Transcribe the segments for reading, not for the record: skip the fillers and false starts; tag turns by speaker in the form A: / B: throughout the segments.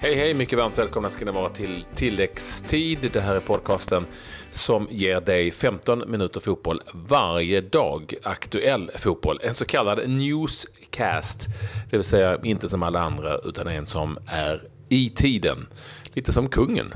A: Hej, mycket varmt välkomna ska ni vara till Tilläggstid. Det här är podcasten som ger dig 15 minuter fotboll varje dag, aktuell fotboll. En så kallad newscast, det vill säga inte som alla andra utan en som är i tiden. Lite som kungen.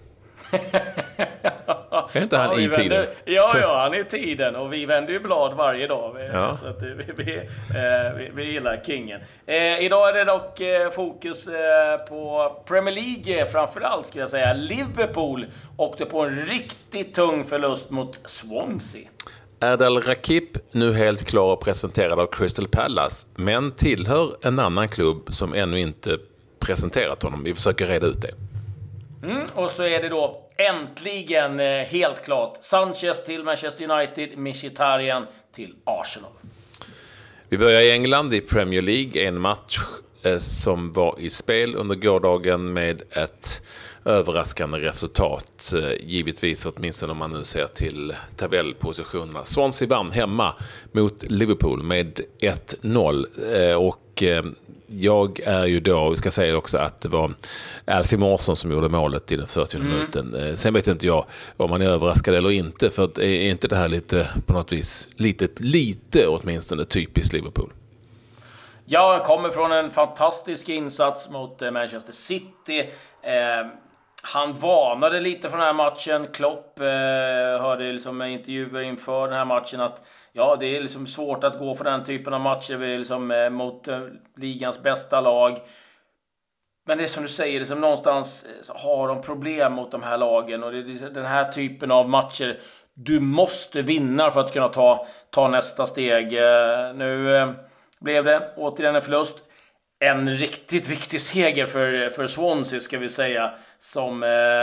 A: Är inte han i tiden?
B: Ja, han är i tiden och vi vänder ju blad varje dag.
A: Ja.
B: Så att vi gillar kingen. Idag är det dock fokus på Premier League framförallt, skulle jag säga. Liverpool åkte på en riktigt tung förlust mot Swansea.
A: Erdal Rakip nu helt klar och presenterad av Crystal Palace, men tillhör en annan klubb som ännu inte presenterat honom. Vi försöker reda ut det.
B: Och så är det då äntligen helt klart. Sanchez till Manchester United, Mkhitaryan till Arsenal.
A: Vi börjar i England i Premier League. En match som var i spel under gårdagen med ett överraskande resultat. Givetvis, åtminstone om man nu ser till tabellpositionerna. Swansea vann hemma mot Liverpool med 1-0 och jag är ju då, vi ska säga också att det var Alfie Mårson som gjorde målet i den 40 minuten. Sen vet inte jag om man är överraskad eller inte, för att är inte det här lite på något vis lite åtminstone typiskt Liverpool?
B: Jag kommer från en fantastisk insats mot Manchester City. Han varnade lite från den här matchen. Klopp hörde liksom intervjuer inför den här matchen att ja, det är liksom svårt att gå för den typen av matcher. Vi är liksom mot ligans bästa lag. Men det är som du säger, liksom någonstans har de problem mot de här lagen. Och det är den här typen av matcher du måste vinna för att kunna ta nästa steg. Nu blev det återigen en förlust. En riktigt viktig seger för Swansea, ska vi säga, som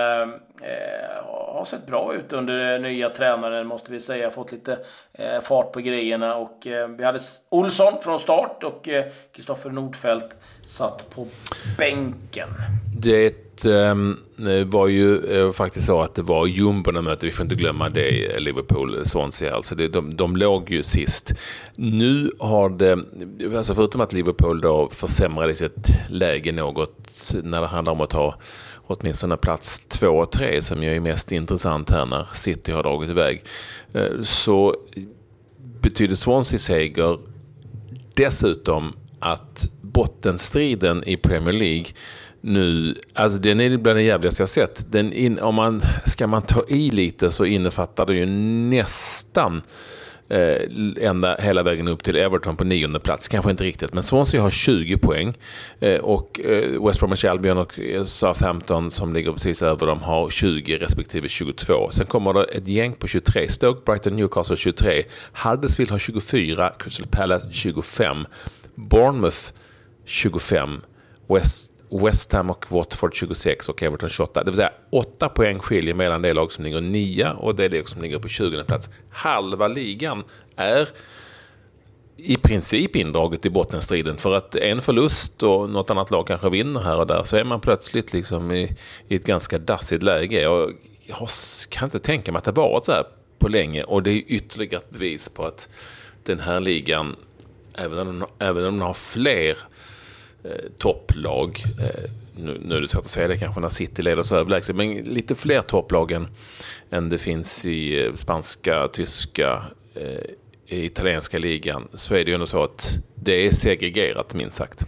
B: har sett bra ut under nya tränaren, måste vi säga. Fått lite fart på grejerna. Och vi hade Olsson från start och Kristoffer Nordfeldt satt på bänken.
A: Det var ju faktiskt så att det var jumborna möte, vi får inte glömma det, Liverpool-Swansea, alltså de låg ju sist. Nu har det, alltså förutom att Liverpool då försämrade sitt läge något när det handlar om att ta åtminstone plats 2 och 3, som ju är mest intressant här när City har dragit iväg, så betyder Swansea-seger dessutom att bottenstriden i Premier League nu, alltså den är bland det jävligaste jag sett. Ska man ta i lite så innefattar det ju nästan hela vägen upp till Everton på 9:e plats. Kanske inte riktigt, men Swansea har 20 poäng och West Bromwich Albion och Southampton som ligger precis över dem har 20 respektive 22. Sen kommer det ett gäng på 23. Stoke, Brighton, Newcastle 23. Huddersfield har 24. Crystal Palace 25. Bournemouth 25. West Ham och Watford 26 och Everton 28. Det vill säga 8 poäng skiljer mellan det lag som ligger 9 och det lag som ligger på 20:e plats. Halva ligan är i princip indraget i bottenstriden, för att en förlust och något annat lag kanske vinner här och där, så är man plötsligt liksom i ett ganska dassigt läge. Och jag kan inte tänka mig att det varit så här på länge, och det är ytterligare ett bevis på att den här ligan, även om den har fler topplag, nu är det svårt att säga det kanske när City leder så överlägset, men lite fler topplag än det finns i spanska, tyska, italienska ligan, så är det ju ändå så att det är segregerat, minst sagt.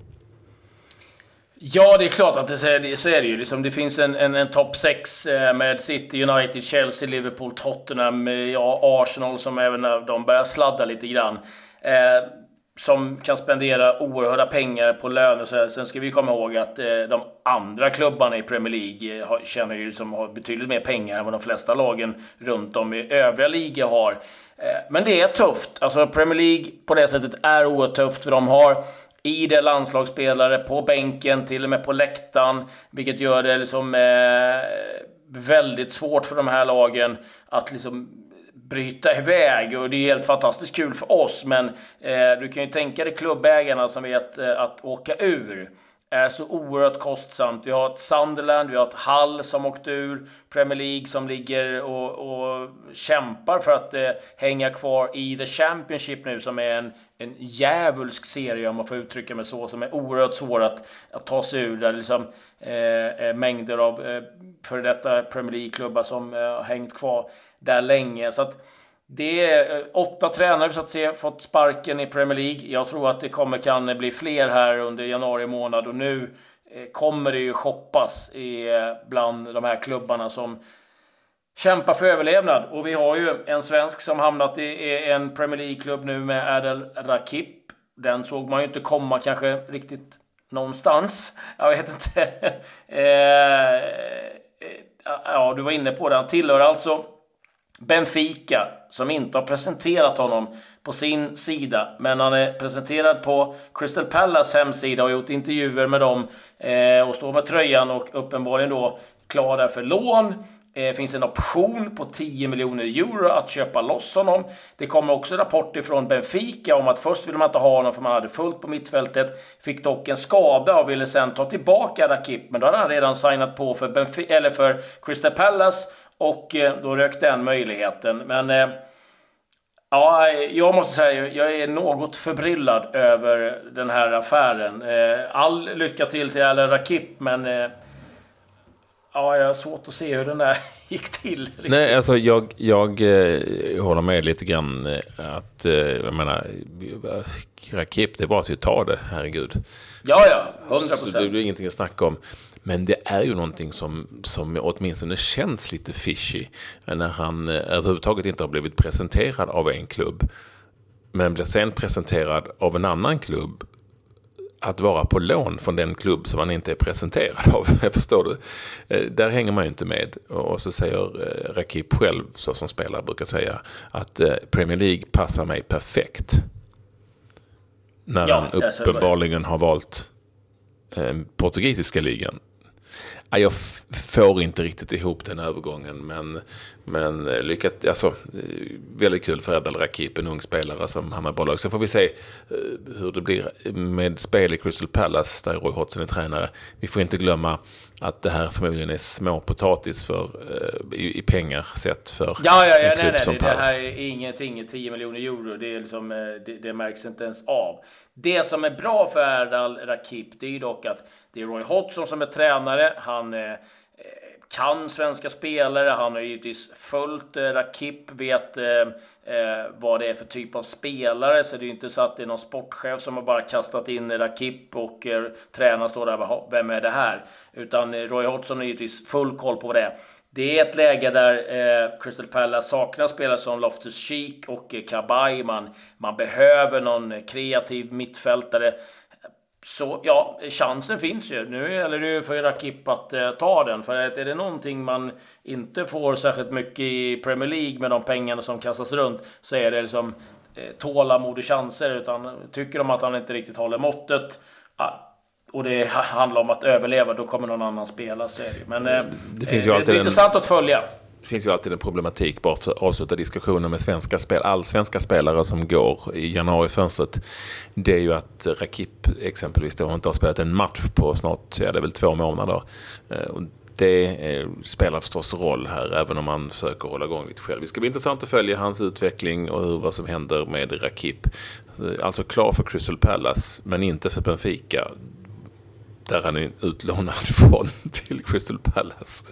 B: Ja, det är klart att så är det ju. Liksom, det finns en topp 6 med City, United, Chelsea, Liverpool, Tottenham, Arsenal som även de börjar sladda lite grann. Som kan spendera oerhörda pengar på löner. Så sen ska vi komma ihåg att de andra klubbarna i Premier League känner ju som har betydligt mer pengar än vad de flesta lagen runt om i övriga ligor har. Men det är tufft. Alltså Premier League på det sättet är oerhört tufft, för de har i det landslagsspelare på bänken, till och med på läktaren, vilket gör det liksom väldigt svårt för de här lagen att liksom bryta iväg, och det är helt fantastiskt kul för oss, men du kan ju tänka dig klubbägarna som vet att åka ur är så oerhört kostsamt. Vi har ett Sunderland, vi har ett Hull som åkt ur Premier League, som ligger och kämpar för att hänga kvar i The Championship nu, som är en djävulsk serie, om man får uttrycka mig så, som är oerhört svår att ta sig ur. Där liksom mängder av för detta Premier League-klubbar som har hängt kvar där länge. Så att det är 8 tränare så att säga fått sparken i Premier League. Jag tror att det kan bli fler här under januari månad, och nu kommer det ju shoppas bland de här klubbarna som kämpar för överlevnad. Och vi har ju en svensk som hamnat i en Premier League-klubb nu med Adel Rakip. Den såg man ju inte komma kanske riktigt någonstans. Jag vet inte. Ja, du var inne på det. Han tillhör alltså Benfica, som inte har presenterat honom på sin sida, men han är presenterad på Crystal Palace hemsida och gjort intervjuer med dem och står med tröjan och uppenbarligen då klar där för lån. Finns en option på 10 miljoner euro att köpa loss honom. Det kommer också rapporter från Benfica om att först ville man inte ha honom för man hade fullt på mittfältet, fick dock en skada och ville sen ta tillbaka Rakip, men då hade han redan signat på för Crystal Palace, och då rök den möjligheten. Men ja, jag måste säga, jag är något förbryllad över den här affären. All lycka till Al Rakip, men ja, jag har svårt att se hur den där gick till.
A: Nej, alltså jag håller med lite grann att jag menar, Rakip, det är bara att vi tar det, herregud.
B: Ja, 100%.
A: Så det blir ingenting att snacka om. Men det är ju någonting som åtminstone känns lite fishy när han överhuvudtaget inte har blivit presenterad av en klubb, men blir sen presenterad av en annan klubb att vara på lån från den klubb som han inte är presenterad av. Förstår du? Där hänger man ju inte med. Och så säger Rakip själv, så som spelare brukar säga, att Premier League passar mig perfekt. När han uppenbarligen har valt portugisiska ligan. Jag får inte riktigt ihop den övergången, men lyckat, alltså, väldigt kul för Adel Rakip, en ung spelare som hamnar i bolag. Så får vi se hur det blir med spel i Crystal Palace där Roy Hodgson är tränare. Vi får inte glömma att det här förmodligen är små potatis för i pengar sett för en klubb som Palace.
B: Det här är ingenting, 10 miljoner euro, det är liksom, det märks inte ens av. Det som är bra för Adel Rakip, det är ju dock att det är Roy Hodgson som är tränare. Han kan svenska spelare. Han har givetvis följt Rakip, vet vad det är för typ av spelare. Så det är inte så att det är någon sportchef som har bara kastat in Rakip och tränaren står där, vem är det här? Utan Roy Hodgson har givetvis full koll på det. Det är ett läge där Crystal Palace saknar spelare som Loftus-Cheek och Kabay. Man behöver någon kreativ mittfältare. Så ja, chansen finns ju. Nu gäller det ju för Rakip att ta den. För att är det någonting man inte får särskilt mycket i Premier League med de pengarna som kastas runt, så är det liksom tålamod och chanser. Utan tycker de att han inte riktigt håller måttet, och det handlar om att överleva, då kommer någon annan spela. Så är det. Men det finns ju alltid intressant att följa.
A: Det finns ju alltid en problematik, bara för att avsluta diskussionen med allsvenska spelare som går i januarifönstret. Det är ju att Rakip exempelvis då inte har spelat en match på snart, det är väl 2 månader. Och det spelar förstås roll här, även om man försöker hålla igång lite själv. Det ska bli intressant att följa hans utveckling och vad som händer med Rakip. Alltså klar för Crystal Palace, men inte för Benfica, där han är utlånad från till Crystal Palace.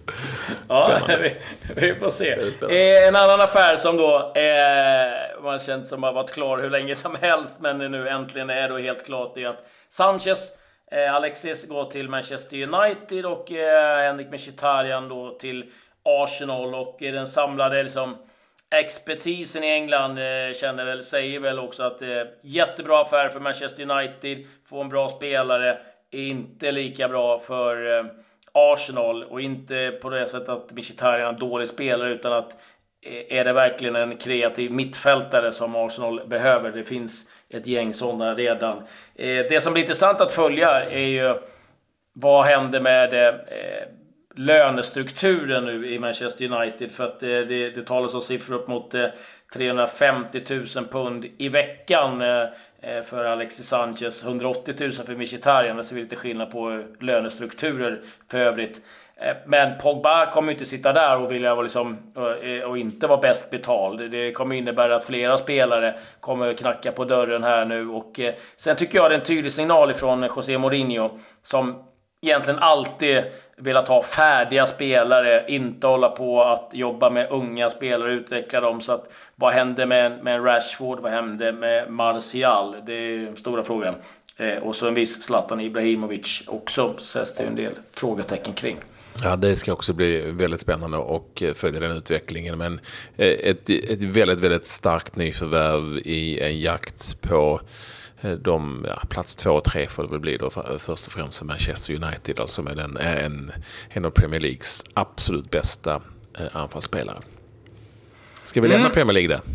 B: Ja, vi får se. En annan affär som då man känt som har varit klar hur länge som helst, men nu äntligen är då helt klart, är att Sanchez, Alexis går till Manchester United och Henrik Mkhitaryan då till Arsenal. Och den samlade liksom expertisen i England säger väl också att jättebra affär för Manchester United, få en bra spelare, är inte lika bra för Arsenal, och inte på det sättet att Mkhitaryan är en dålig spelare, utan att är det verkligen en kreativ mittfältare som Arsenal behöver. Det finns ett gäng sådana redan. Det som blir intressant att följa är ju vad händer med lönestrukturen nu i Manchester United, för att det talas om siffror upp mot 350 000 pund i veckan för Alexis Sanchez, 180 000 för Mkhitaryan. Det ser lite skillnad på lönestrukturer för övrigt. Men Pogba kommer inte sitta där och vilja vara och inte vara bäst betald. Det kommer innebära att flera spelare kommer knacka på dörren här nu. Och sen tycker jag det är en tydlig signal ifrån José Mourinho, som egentligen alltid velat ha färdiga spelare, inte hålla på att jobba med unga spelare och utveckla dem. Så att, vad hände med Rashford? Vad hände med Martial? Det är den stora frågan. Och så en viss Zlatan Ibrahimovic också, sägs det en del frågetecken kring.
A: Ja, det ska också bli väldigt spännande och följa den utvecklingen. Men ett väldigt, väldigt starkt nyförvärv i en jakt på plats 2 och 3 får det väl bli då, först och främst för Manchester United, alltså med en av Premier Leagues absolut bästa anfallsspelare. Ska vi lämna Premier League där?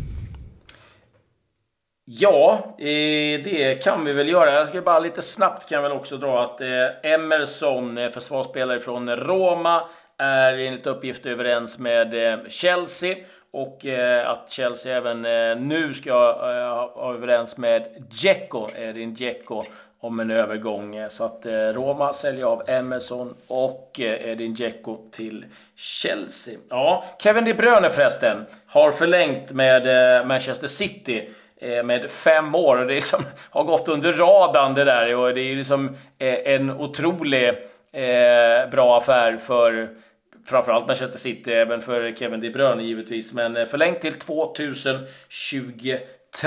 B: Ja, det kan vi väl göra. Jag ska bara lite snabbt kan väl också dra att Emerson, försvarsspelare från Roma, är enligt uppgift överens med Chelsea, och att Chelsea även nu ska vara överens med Edin Dzeko om en övergång. Så att Roma säljer av Emerson och Edin Dzeko till Chelsea. Ja, Kevin De Bruyne förresten har förlängt med Manchester City med 5 år, och det har gått under radarn det där, och det är en otrolig bra affär för framförallt Manchester City, även för Kevin De Bruyne givetvis, men förlängt till 2023.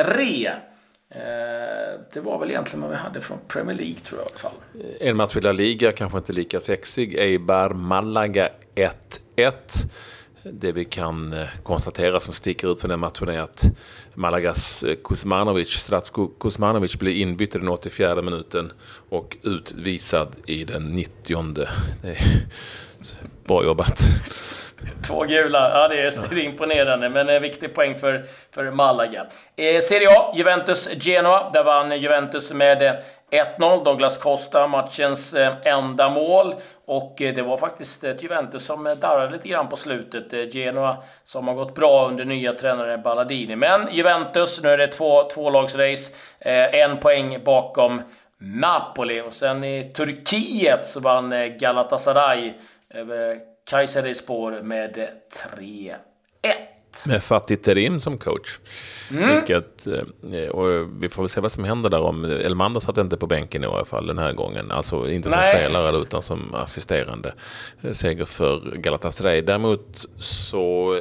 B: Det var väl egentligen vad vi hade från Premier League, tror jag i alla fall.
A: En match i La Liga, kanske inte lika sexig. Eibar Malaga 1-1. Det vi kan konstatera som sticker ut för den matchen är att Malagas Zlatko Kuzmanovic blir inbytt i den 84:e minuten och utvisad i den 90:e. Det är bra jobbat.
B: 2 gula, ja, det är imponerande, men en viktig poäng för Malaga. Serie A, Juventus Genoa, där vann Juventus med 1-0, Douglas Costa, matchens enda mål, och det var faktiskt ett Juventus som darrade lite grann på slutet. Genoa som har gått bra under nya tränare Balladini, men Juventus, nu är det 2-lagsrace, 1 poäng bakom Napoli. Och sen i Turkiet så vann Galatasaray över Kayserispor med 3-1.
A: Med Fatih Terim som coach. Vilket, och vi får väl se vad som händer där, om Elmander satt inte på bänken i alla fall den här gången. Alltså inte som spelare utan som assisterande. Seger för Galatasaray. Däremot så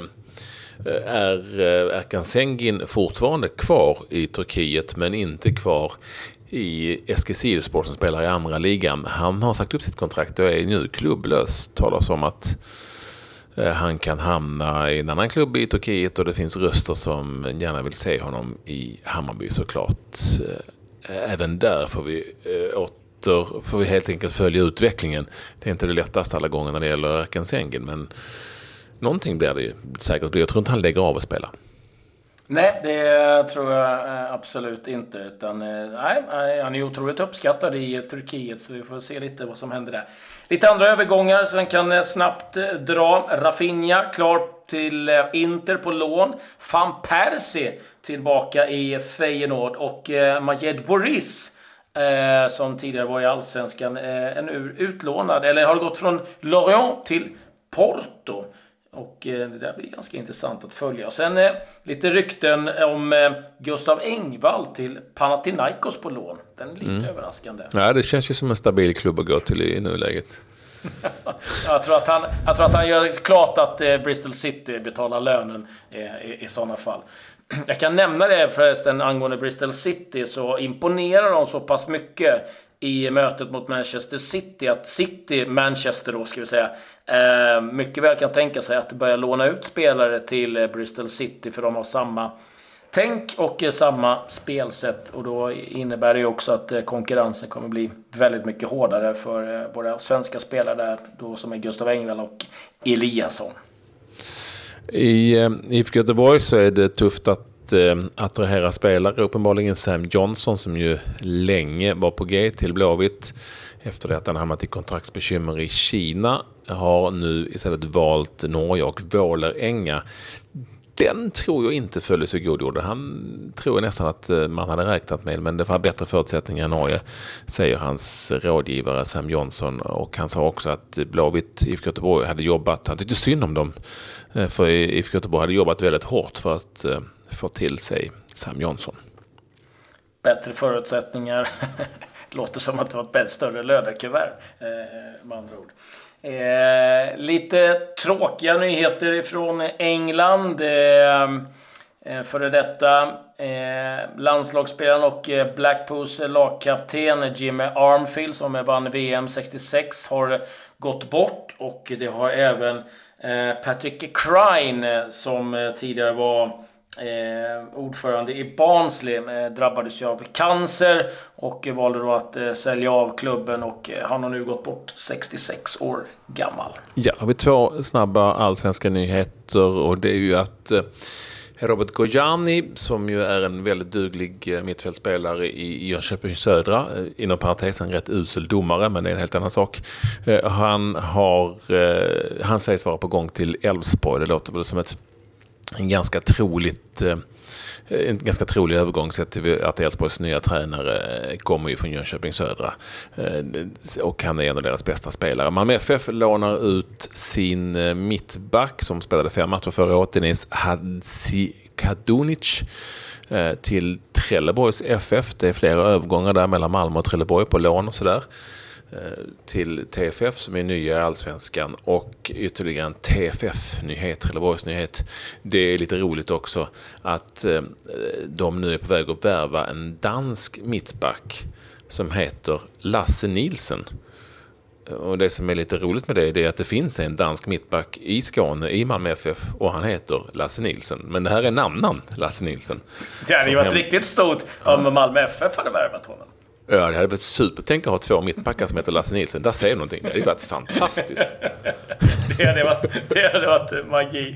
A: är Erkan Şengün fortfarande kvar i Turkiet, men inte kvar i Eskişehirspor som spelar i andra ligan. Han har sagt upp sitt kontrakt och är nu klubblös. Talas om att han kan hamna i en annan klubb i Turkiet, och det finns röster som gärna vill se honom i Hammarby såklart. Även där får vi helt enkelt följa utvecklingen. Det är inte det lättaste alla gånger när det gäller Erkan Şengün, men någonting blir det ju säkert. Jag tror inte han lägger av att spela.
B: Nej, det tror jag absolut inte. Utan, han är otroligt uppskattad i Turkiet, så vi får se lite vad som händer där. Lite andra övergångar som kan snabbt dra. Rafinha klar till Inter på lån. Van Persie tillbaka i Feyenoord. Och Majed Boris, som tidigare var i Allsvenskan, är nu utlånad. Eller har gått från Lorient till Porto. Och det där blir ganska intressant att följa. Och sen lite rykten om Gustav Engvall till Panathinaikos på lån. Den är lite överraskande.
A: Ja, det känns ju som en stabil klubb att gå till i nuläget.
B: jag tror att han gör klart att Bristol City betalar lönen i sådana fall. Jag kan nämna det förresten angående Bristol City, så imponerar de så pass mycket i mötet mot Manchester City att Manchester då ska vi säga, mycket väl kan tänka sig att börja låna ut spelare till Bristol City, för de har samma tänk och samma spelsätt, och då innebär det ju också att konkurrensen kommer bli väldigt mycket hårdare för våra svenska spelare där då, som är Gustav Engvall och Eliasson.
A: I IFK Göteborg så är det tufft att attrahera spelare. Uppenbarligen Sam Johnson, som ju länge var på G till Blåvitt efter det att han hamnat i kontraktsbekymmer i Kina. har nu istället valt Norge och Vålerenga. Den tror jag inte följer så god ord. Han tror jag nästan att man hade räknat med, men det var bättre förutsättningar i Norge, säger hans rådgivare Sam Jonsson. Och han sa också att Blåvitt IFK Göteborg hade jobbat, han tyckte synd om dem, för IFK Göteborg hade jobbat väldigt hårt för att få till sig Sam Jonsson.
B: Bättre förutsättningar. Låter som att det var ett större lödekuvert, med andra ord. Lite tråkiga nyheter från England. Före detta landslagsspelaren och Blackpools lagkapten Jimmy Armfield, som vann VM 66, har gått bort. Och det har även Patrick Crine, som tidigare var ordförande i Barnsley, drabbades ju av cancer och valde då att sälja av klubben, och han har nu gått bort 66 år gammal.
A: Ja, har vi 2 snabba allsvenska nyheter, och det är ju att Robert Gojani, som ju är en väldigt duglig mittfältspelare i Jönköping Södra, inom parentes en rätt usel domare, men det är en helt annan sak. Han sägs vara på gång till Elfsborg. Det låter väl som en ganska trolig övergång, sett till att Elfsborgs nya tränare kommer ju från Jönköping Södra, och han är en av deras bästa spelare. Malmö FF lånar ut sin mittback som spelade 5 matcher förra året, Deniz Hadzikadunic, till Trelleborgs FF. Det är flera övergångar där mellan Malmö och Trelleborg på lån och sådär, till TFF som är nya i Allsvenskan, och ytterligare en TFF-nyhet, Trelleborgs nyhet. Det är lite roligt också att de nu är på väg att värva en dansk mittback som heter Lasse Nielsen. Och det som är lite roligt med det är att det finns en dansk mittback i Skåne i Malmö FF, och han heter Lasse Nielsen. Men det här är namnan Lasse Nielsen.
B: Det hade ju varit riktigt stort om Malmö FF hade värvat honom.
A: Ja, det hade varit super. Tänk att ha 2 mittbackar som heter Lasse Nielsen. Där säger någonting. Det hade varit fantastiskt.
B: Det hade varit magi.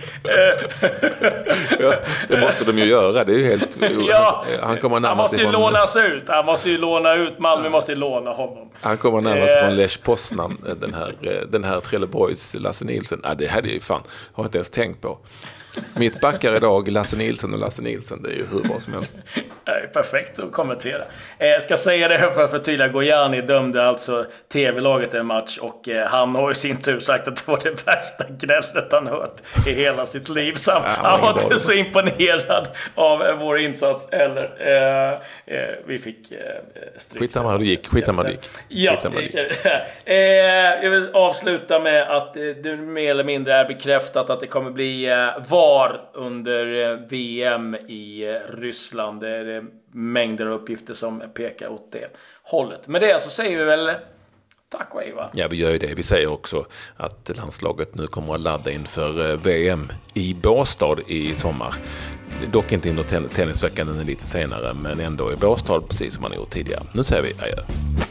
A: Ja, det måste de ju göra. Det är ju helt...
B: Ja,
A: han måste
B: ju lånas ut. Han måste ju låna ut. Malmö måste ju låna honom.
A: Han kommer närmast från Lech Poznan, den här Trelleborgs Lasse Nielsen. Ja, det hade jag ju fan. Har inte ens tänkt på. Mittbackar idag, Lasse Nielsen, det är ju hur bra som helst.
B: Perfekt att kommentera. Jag ska säga det för att förtydliga. Gojani dömde alltså tv-laget en match, och han har i sin tur sagt att det var det värsta gnället han hört i hela sitt liv. Så han var inte så imponerad av vår insats, eller vi fick stryk.
A: Skitsamma hur det gick.
B: Ja, jag vill avsluta med att det mer eller mindre är bekräftat att det kommer bli VAR under VM i Ryssland. Det är mängder av uppgifter som pekar åt det hållet. Med det så säger vi väl tack och hej, va? Ja,
A: vi gör ju det. Vi säger också att landslaget nu kommer att ladda inför VM i Båstad i sommar. Dock inte under tennisveckan lite senare, men ändå i Båstad, precis som man gjort tidigare. Nu säger vi adjö.